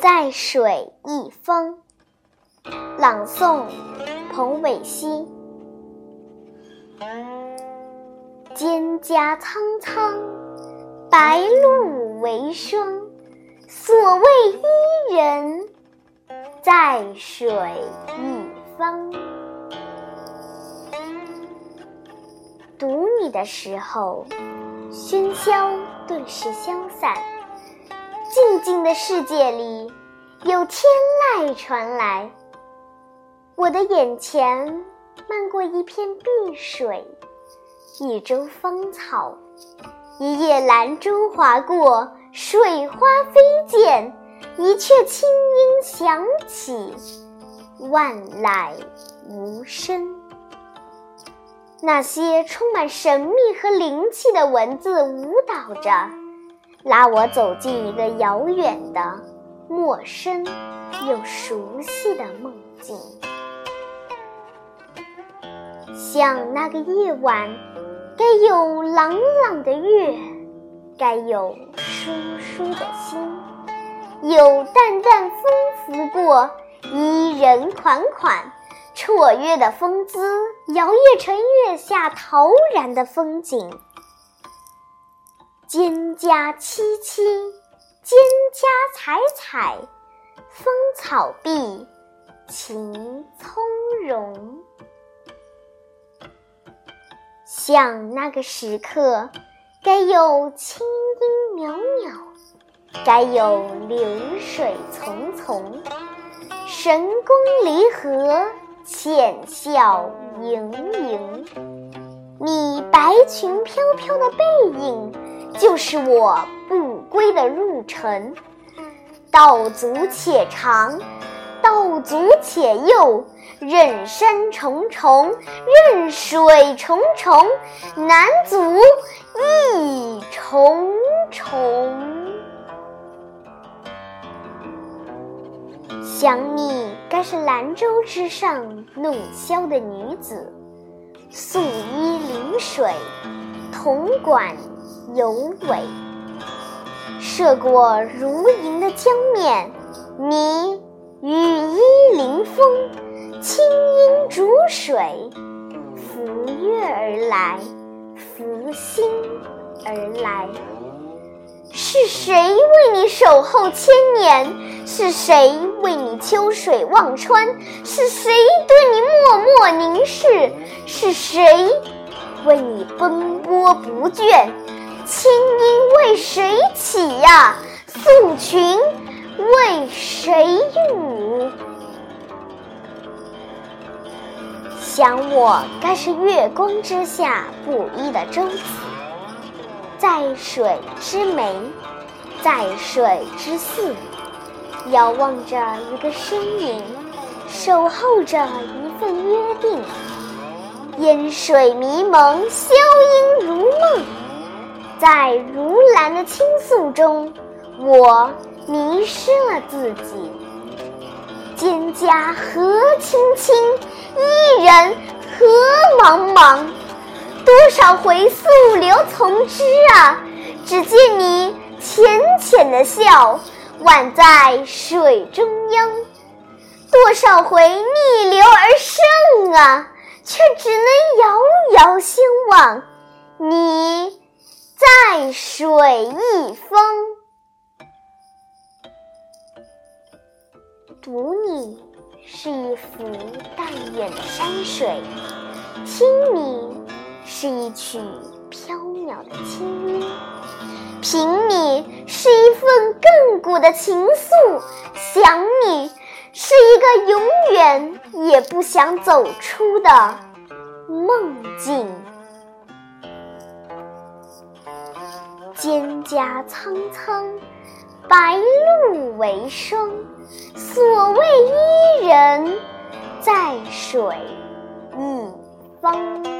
在水一方。朗诵彭伟熙。蒹葭苍苍，白露为霜。所谓伊人，在水一方。读你的时候，喧嚣顿时消散，静静的世界里有天籁传来。我的眼前漫过一片碧水，一洲芳草，一叶兰舟划过，水花飞溅，一阙清音响起，万籁无声。那些充满神秘和灵气的文字舞蹈着，拉我走进一个遥远的、陌生又熟悉的梦境。像那个夜晚，该有朗朗的月，该有疏疏的心，有淡淡风拂过，伊人款款，绰约的风姿摇曳成月下陶然的风景。蒹葭萋萋，蒹葭采采，芳草碧，情从容。像那个时刻，该有清音袅袅，该有流水淙淙，神宫离合，浅笑盈盈。你白裙飘飘的背影，就是我不归的路程。道阻且长，道阻且右，任山重重，任水重重，难阻亦重重。想你该是兰舟之上弄箫的女子，素衣临水，铜管有尾。涉过如银的江面，你羽衣临风，轻音逐水，拂月而来，拂心而来。是谁为你守候千年？是谁为你秋水望穿？是谁对你默默凝视？是谁为你奔波不倦？清音为谁起呀？素裙为谁舞？想我该是月光之下布衣的舟子，在水之湄，在水之涘，遥望着一个身影，守候着一份约定。烟水迷蒙，箫音如梦，在如兰的倾诉中，我迷失了自己。蒹葭何青青，伊人何茫茫。多少回溯流从之啊，只见你浅浅的笑，宛在水中央。多少回逆流而上啊，却只能遥遥相望，你在水一方。读你是一幅淡远的山水，听你是一曲飘渺的清音，品你是一份亘古的情愫，想你是一个永远也不想走出的梦境。蒹葭苍苍，白露为霜。所谓伊人，在水一方。